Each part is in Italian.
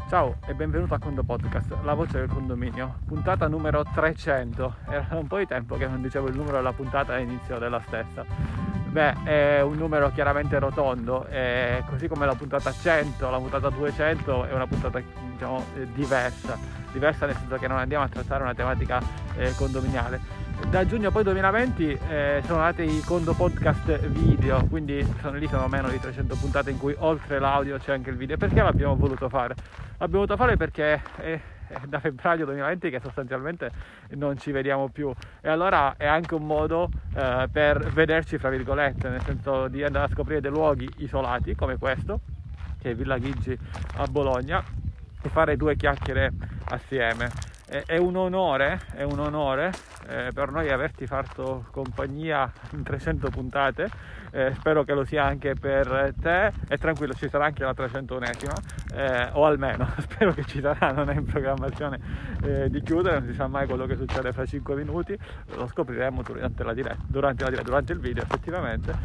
Ciao e benvenuto a Condo Podcast, la voce del condominio, puntata numero 300. Era un po' di tempo che non dicevo il numero della puntata all'inizio della stessa. È un numero chiaramente rotondo, così come la puntata 100, la puntata 200 è una puntata diversa nel senso che non andiamo a trattare una tematica condominiale. Da giugno poi 2020 sono nati i Condo Podcast video, quindi sono meno di 300 puntate in cui oltre l'audio c'è anche il video. Perché l'abbiamo voluto fare? L'abbiamo voluto fare perché è da febbraio 2020 che sostanzialmente non ci vediamo più, e allora è anche un modo per vederci fra virgolette, nel senso di andare a scoprire dei luoghi isolati come questo, che è Villa Chigi a Bologna, e fare due chiacchiere assieme. È un onore per noi averti fatto compagnia in 300 puntate, spero che lo sia anche per te, e tranquillo, ci sarà anche la 301esima, o almeno spero che ci sarà, non è in programmazione di chiudere, non si sa mai quello che succede fra 5 minuti, lo scopriremo durante il video effettivamente,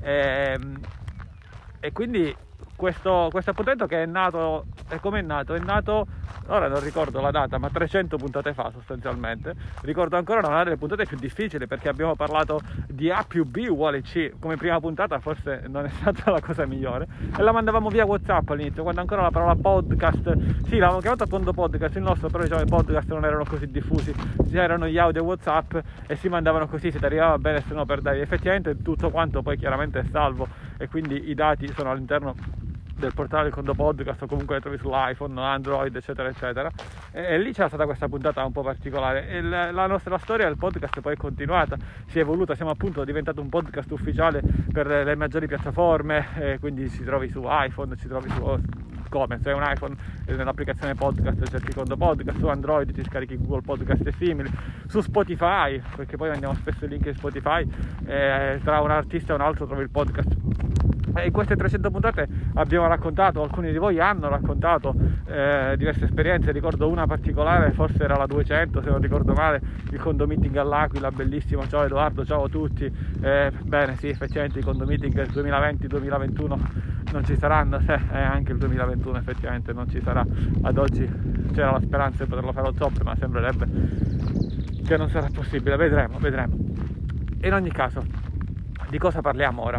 e quindi questo appuntamento che è nato, e come è nato? È nato, ora non ricordo la data, ma 300 puntate fa sostanzialmente. Ricordo ancora una delle puntate più difficili, perché abbiamo parlato di A più B uguale C come prima puntata, forse non è stata la cosa migliore, e la mandavamo via WhatsApp all'inizio, quando ancora la parola podcast, sì, l'avevamo chiamata Condo Podcast il nostro, però diciamo i podcast non erano così diffusi, c'erano gli audio WhatsApp e si mandavano così, se ti arrivava bene, se no per dai. Effettivamente tutto quanto poi chiaramente è salvo, e quindi i dati sono all'interno del portale del Condo Podcast, o comunque le trovi sull'iPhone, Android, eccetera eccetera, e lì c'è stata questa puntata un po' particolare, e la storia del podcast poi è continuata, si è evoluta, siamo appunto diventati un podcast ufficiale per le maggiori piattaforme, quindi ci trovi su iPhone, ci trovi su come se hai un iPhone nell'applicazione podcast cerchi Condo Podcast, su Android ti scarichi Google Podcast e simili, su Spotify, perché poi mandiamo spesso il link di Spotify, tra un artista e un altro trovi il podcast. In queste 300 puntate abbiamo raccontato, alcuni di voi hanno raccontato diverse esperienze. Ricordo una particolare, forse era la 200 se non ricordo male, il Condo Meeting all'Aquila, bellissimo. Ciao Edoardo, ciao a tutti. Bene, sì, effettivamente i Condo Meeting 2020-2021 non ci saranno, anche il 2021 effettivamente non ci sarà. Ad oggi c'era la speranza di poterlo fare al top, ma sembrerebbe che non sarà possibile, vedremo. In ogni caso, di cosa parliamo ora?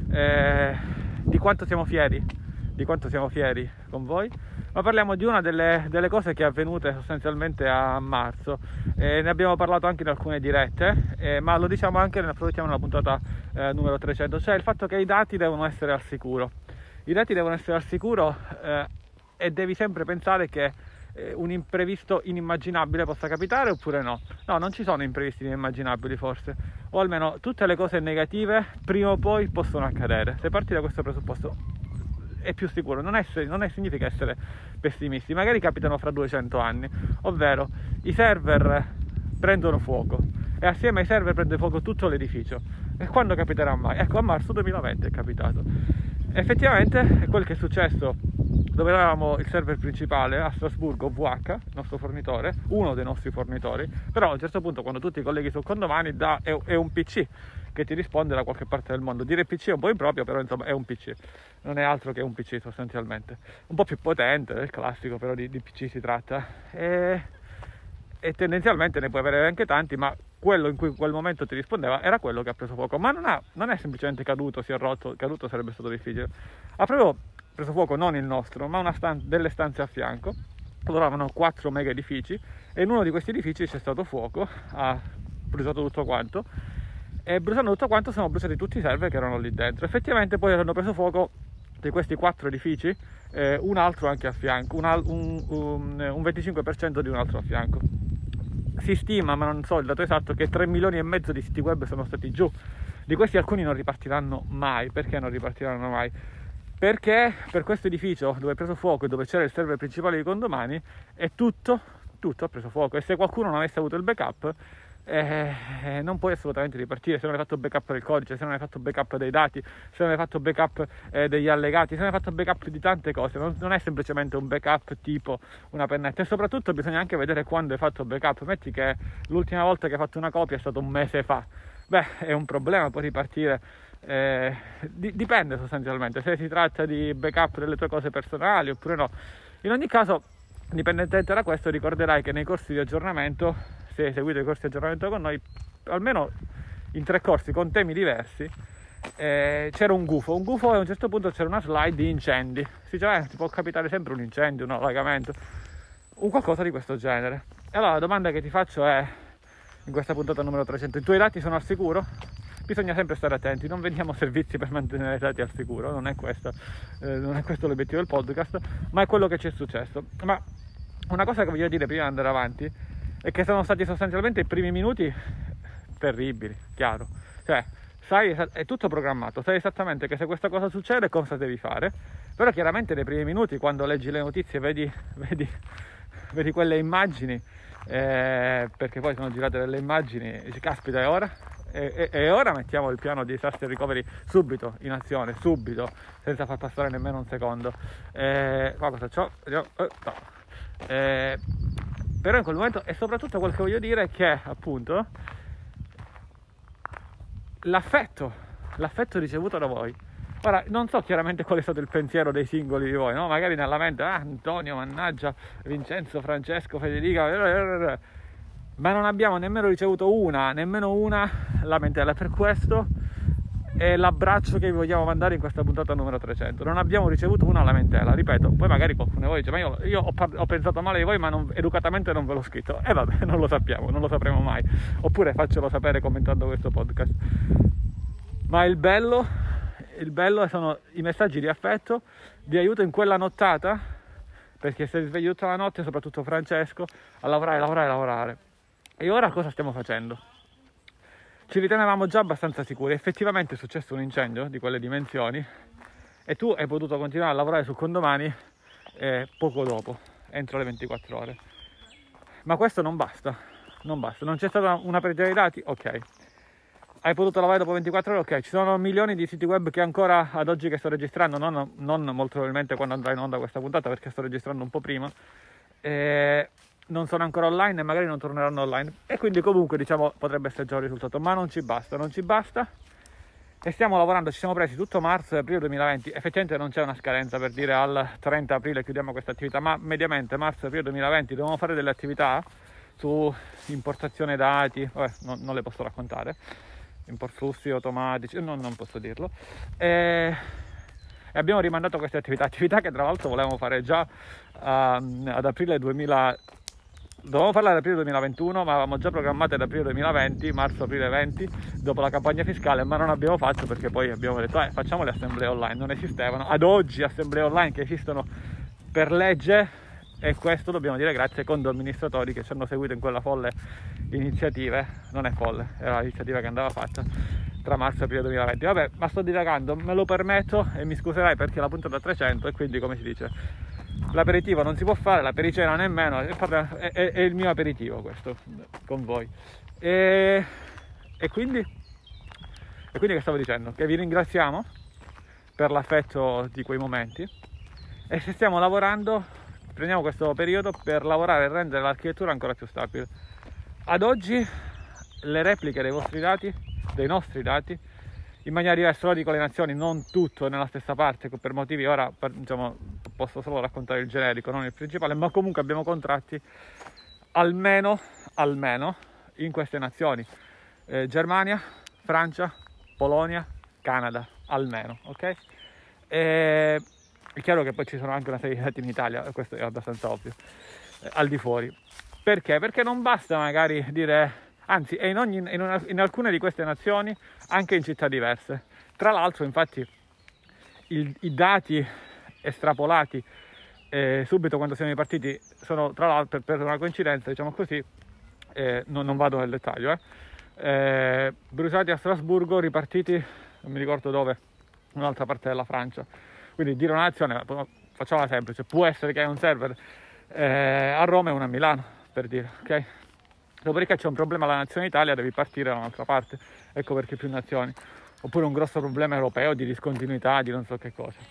Di quanto siamo fieri con voi, ma parliamo di una delle cose che è avvenute sostanzialmente a marzo, ne abbiamo parlato anche in alcune dirette, ma lo diciamo anche nella puntata numero 300, cioè il fatto che i dati devono essere al sicuro. I dati devono essere al sicuro, e devi sempre pensare che un imprevisto inimmaginabile possa capitare oppure no. No, non ci sono imprevisti inimmaginabili forse, o almeno tutte le cose negative prima o poi possono accadere. Se parti da questo presupposto è più sicuro, non significa essere pessimisti, magari capitano fra 200 anni, ovvero i server prendono fuoco e assieme ai server prende fuoco tutto l'edificio. E quando capiterà mai? Ecco, a marzo 2020 è capitato. Effettivamente è quel che è successo dove avevamo il server principale a Strasburgo, VH, il nostro fornitore, uno dei nostri fornitori, però a un certo punto quando tu ti colleghi sul condomani è un PC che ti risponde da qualche parte del mondo. Dire PC è un po' improprio, però insomma è un PC, non è altro che un PC sostanzialmente, un po' più potente del classico, però di PC si tratta, e tendenzialmente ne puoi avere anche tanti, ma quello in cui in quel momento ti rispondeva era quello che ha preso fuoco, ma non è semplicemente caduto, si è rotto, caduto sarebbe stato difficile, ha proprio preso fuoco, non il nostro, ma delle stanze a fianco. Loro avevano 4 mega edifici e in uno di questi edifici c'è stato fuoco, ha bruciato tutto quanto, e bruciando tutto quanto sono bruciati tutti i server che erano lì dentro. Effettivamente poi hanno preso fuoco di questi 4 edifici un altro anche a fianco, un 25% di un altro a fianco. Si stima, ma non so il dato esatto, che 3 milioni e mezzo di siti web sono stati giù. Di questi alcuni non ripartiranno mai. Perché non ripartiranno mai? Perché per questo edificio dove è preso fuoco e dove c'era il server principale di condomani è tutto ha preso fuoco, e se qualcuno non avesse avuto il backup non puoi assolutamente ripartire. Se non hai fatto backup del codice, se non hai fatto backup dei dati, se non hai fatto backup degli allegati, se non hai fatto backup di tante cose, non è semplicemente un backup tipo una pennetta, e soprattutto bisogna anche vedere quando hai fatto backup. Metti che l'ultima volta che hai fatto una copia è stato un mese fa, è un problema poi ripartire. Dipende sostanzialmente se si tratta di backup delle tue cose personali oppure no. In ogni caso, indipendentemente da questo, ricorderai che nei corsi di aggiornamento, se hai seguito i corsi di aggiornamento con noi, almeno in 3 corsi con temi diversi, c'era un gufo e a un certo punto c'era una slide di incendi. Si diceva, ti può capitare sempre un incendio, un allagamento, un qualcosa di questo genere. E allora la domanda che ti faccio è, in questa puntata numero 300, i tuoi dati sono al sicuro? Bisogna sempre stare attenti, non vendiamo servizi per mantenere i dati al sicuro, non è questo l'obiettivo del podcast, ma è quello che ci è successo. Ma una cosa che voglio dire prima di andare avanti è che sono stati sostanzialmente i primi minuti terribili, chiaro, cioè è tutto programmato, sai esattamente che se questa cosa succede cosa devi fare, però chiaramente nei primi minuti, quando leggi le notizie, vedi quelle immagini, perché poi sono girate delle immagini e dici caspita, è ora? E ora mettiamo il piano di disaster recovery subito in azione, subito, senza far passare nemmeno un secondo. Qua cosa c'ho? No. Però in quel momento, e soprattutto quel che voglio dire è che appunto l'affetto ricevuto da voi. Ora, non so chiaramente qual è stato il pensiero dei singoli di voi, no? Magari nella mente, Antonio, mannaggia, Vincenzo, Francesco, Federica, ma non abbiamo nemmeno ricevuto nemmeno una lamentela. Per questo è l'abbraccio che vi vogliamo mandare in questa puntata numero 300. Non abbiamo ricevuto una lamentela, ripeto. Poi magari qualcuno di voi dice, ma io ho pensato male di voi, ma educatamente non ve l'ho scritto. E vabbè, non lo sappiamo, non lo sapremo mai. Oppure faccelo sapere commentando questo podcast. Ma il bello sono i messaggi di affetto, di aiuto in quella nottata, perché si è svegliato tutta la notte, soprattutto Francesco, a lavorare. E ora cosa stiamo facendo? Ci ritenevamo già abbastanza sicuri, effettivamente è successo un incendio di quelle dimensioni e tu hai potuto continuare a lavorare sul condomani poco dopo, entro le 24 ore. Ma questo non basta, non c'è stata una perdita dei dati? Ok. Hai potuto lavorare dopo 24 ore? Ok. Ci sono milioni di siti web che ancora ad oggi che sto registrando, non molto probabilmente quando andrà in onda questa puntata, perché sto registrando un po' prima, non sono ancora online e magari non torneranno online, e quindi comunque diciamo potrebbe essere già un risultato, ma non ci basta e stiamo lavorando. Ci siamo presi tutto marzo e aprile 2020, effettivamente non c'è una scadenza per dire al 30 aprile chiudiamo questa attività, ma mediamente marzo e aprile 2020 dovevamo fare delle attività su importazione dati, non le posso raccontare, import flussi automatici, non posso dirlo, e abbiamo rimandato queste attività che tra l'altro volevamo fare già ad aprile 2000. Dovevamo farla ad aprile 2021, ma avevamo già programmate ad aprile 2020, marzo-aprile 20, dopo la campagna fiscale, ma non abbiamo fatto perché poi abbiamo detto facciamo le assemblee online. Non esistevano ad oggi assemblee online che esistono per legge, e questo dobbiamo dire grazie ai condo amministratori che ci hanno seguito in quella folle iniziativa. Non è folle, era l'iniziativa che andava fatta tra marzo e aprile 2020. Vabbè, ma sto divagando, me lo permetto e mi scuserai perché la puntata 300 e quindi, come si dice, l'aperitivo non si può fare, la pericena nemmeno, è il mio aperitivo questo con voi. E quindi che stavo dicendo? Che vi ringraziamo per l'affetto di quei momenti, e se stiamo lavorando, prendiamo questo periodo per lavorare e rendere l'architettura ancora più stabile. Ad oggi le repliche dei vostri dati, dei nostri dati, in maniera diversa, lo dico alle nazioni, non tutto nella stessa parte, per motivi ora diciamo, posso solo raccontare il generico, non il principale, ma comunque abbiamo contratti almeno in queste nazioni, Germania, Francia, Polonia, Canada, almeno, ok? È chiaro che poi ci sono anche una serie di dati in Italia, questo è abbastanza ovvio, al di fuori. Perché? Perché non basta magari dire, anzi è in alcune di queste nazioni, anche in città diverse. Tra l'altro, infatti, i dati estrapolati subito quando siamo ripartiti sono, tra l'altro, per una coincidenza, diciamo così, non vado nel dettaglio, bruciati a Strasburgo, ripartiti, non mi ricordo dove, un'altra parte della Francia. Quindi dire una nazione, facciamola semplice, può essere che hai un server a Roma e uno a Milano, per dire, ok? Dopodiché c'è un problema alla nazione Italia, devi partire da un'altra parte, ecco perché più nazioni. Oppure un grosso problema europeo di discontinuità, di non so che cosa,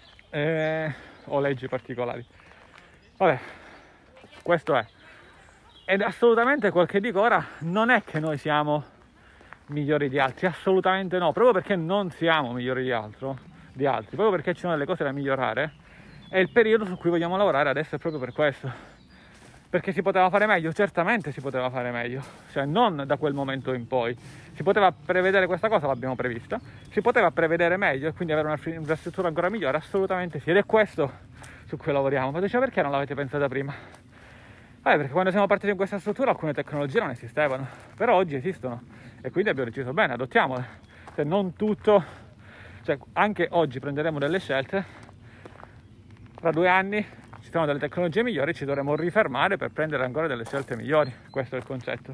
o leggi particolari. Vabbè, questo è. Ed assolutamente quel che dico ora non è che noi siamo migliori di altri, assolutamente no, proprio perché non siamo migliori di altri, proprio perché ci sono delle cose da migliorare, E il periodo su cui vogliamo lavorare adesso è proprio per questo, perché si poteva fare meglio, certamente si poteva fare meglio, cioè non da quel momento in poi. Si poteva prevedere questa cosa, l'abbiamo prevista, si poteva prevedere meglio e quindi avere una infrastruttura ancora migliore, assolutamente sì, ed è questo su cui lavoriamo. Ma dice, perché non l'avete pensata prima? Perché quando siamo partiti in questa struttura alcune tecnologie non esistevano, però oggi esistono e quindi abbiamo deciso, bene, adottiamole. Se non tutto, cioè anche oggi prenderemo delle scelte, tra 2 anni ci sono delle tecnologie migliori, ci dovremo rifermare per prendere ancora delle scelte migliori. Questo è il concetto.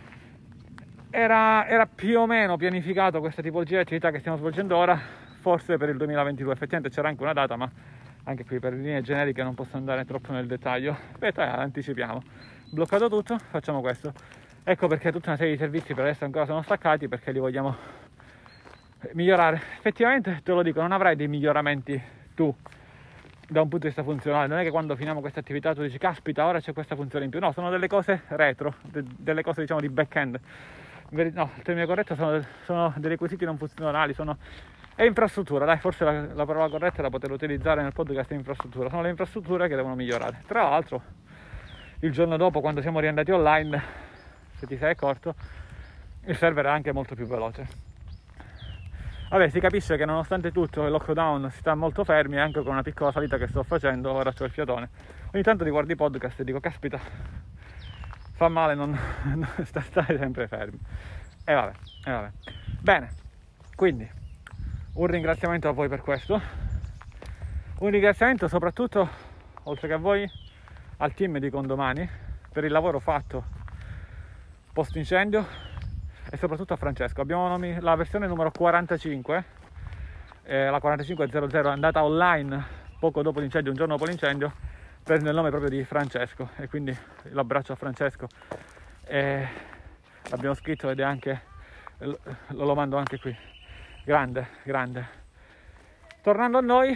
Era più o meno pianificato questa tipologia di attività che stiamo svolgendo ora, forse per il 2022. Effettivamente c'era anche una data, ma anche qui per linee generiche non posso andare troppo nel dettaglio. Anticipiamo. Bloccato tutto, facciamo questo. Ecco perché tutta una serie di servizi per adesso ancora sono staccati, perché li vogliamo migliorare. Effettivamente, te lo dico, non avrai dei miglioramenti tu da un punto di vista funzionale. Non è che quando finiamo questa attività tu dici, caspita, ora c'è questa funzione in più. No, sono delle cose retro, delle cose diciamo di back-end. No, il termine corretto sono dei requisiti non funzionali, è infrastruttura, dai, forse la parola corretta è da poter utilizzare nel podcast, è infrastruttura. Sono le infrastrutture che devono migliorare. Tra l'altro, il giorno dopo, quando siamo riandati online, se ti sei accorto, il server è anche molto più veloce. Vabbè, si capisce che nonostante tutto il lockdown si sta molto fermi, e anche con una piccola salita che sto facendo, ora c'ho il fiatone. Ogni tanto riguardo i podcast e dico, caspita, fa male non stare sempre fermi. E vabbè. Bene, quindi un ringraziamento a voi per questo, un ringraziamento soprattutto, oltre che a voi, al team di Condomani per il lavoro fatto post incendio e soprattutto a Francesco. Abbiamo la versione numero 45, la 4500 è andata online poco dopo l'incendio, un giorno dopo l'incendio, prende il nome proprio di Francesco e quindi l'abbraccio a Francesco. L'abbiamo scritto ed è anche, lo mando anche qui. Grande. Tornando a noi,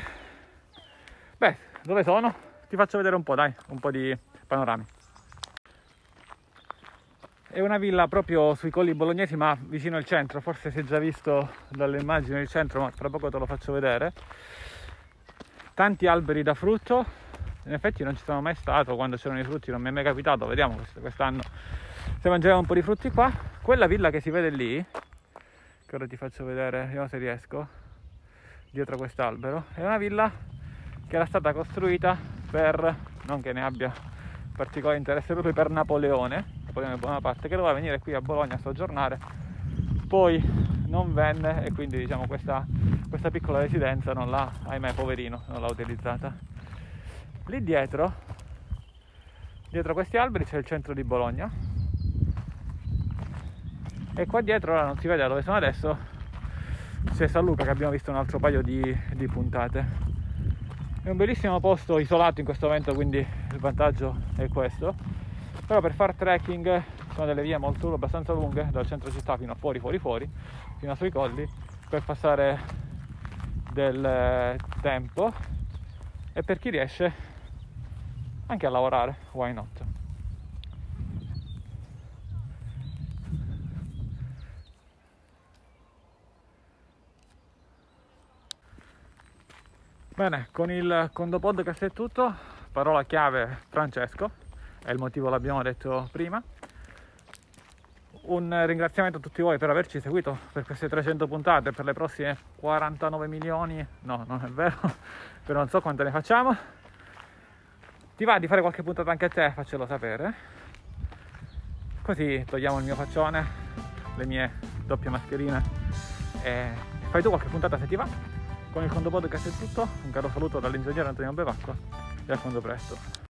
dove sono? Ti faccio vedere un po', dai, un po' di panorami. È una villa proprio sui colli bolognesi, ma vicino al centro. Forse si è già visto dalle immagini il centro, ma tra poco te lo faccio vedere. Tanti alberi da frutto, in effetti non ci sono mai stato quando c'erano i frutti, non mi è mai capitato. Vediamo quest'anno se mangeremo un po' di frutti qua. Quella villa che si vede lì, che ora ti faccio vedere, vediamo se riesco, dietro quest'albero, è una villa che era stata costruita per, non che ne abbia particolare interesse, proprio per Napoleone Bonaparte, che doveva venire qui a Bologna a soggiornare, poi non venne e quindi diciamo questa piccola residenza non l'ha, ahimè, poverino, non l'ha utilizzata. Lì dietro questi alberi c'è il centro di Bologna e qua dietro, ora non si vede dove sono adesso, c'è San Luca, che abbiamo visto un altro paio di puntate. È un bellissimo posto isolato in questo momento, quindi il vantaggio è questo. Però per far trekking sono delle vie abbastanza lunghe, dal centro città fino a fuori, fino a sui colli, per passare del tempo e per chi riesce anche a lavorare, why not? Bene, con il Condo Podcast è tutto. Parola chiave Francesco, è il motivo, l'abbiamo detto prima. Un ringraziamento a tutti voi per averci seguito per queste 300 puntate, per le prossime 49 milioni, no, non è vero, però non so quante ne facciamo. Ti va di fare qualche puntata anche a te? Faccelo sapere, così togliamo il mio faccione, le mie doppie mascherine e fai tu qualche puntata se ti va. Con il Condo Podcast è tutto, un caro saluto dall'ingegnere Antonio Bevacqua e a quando presto.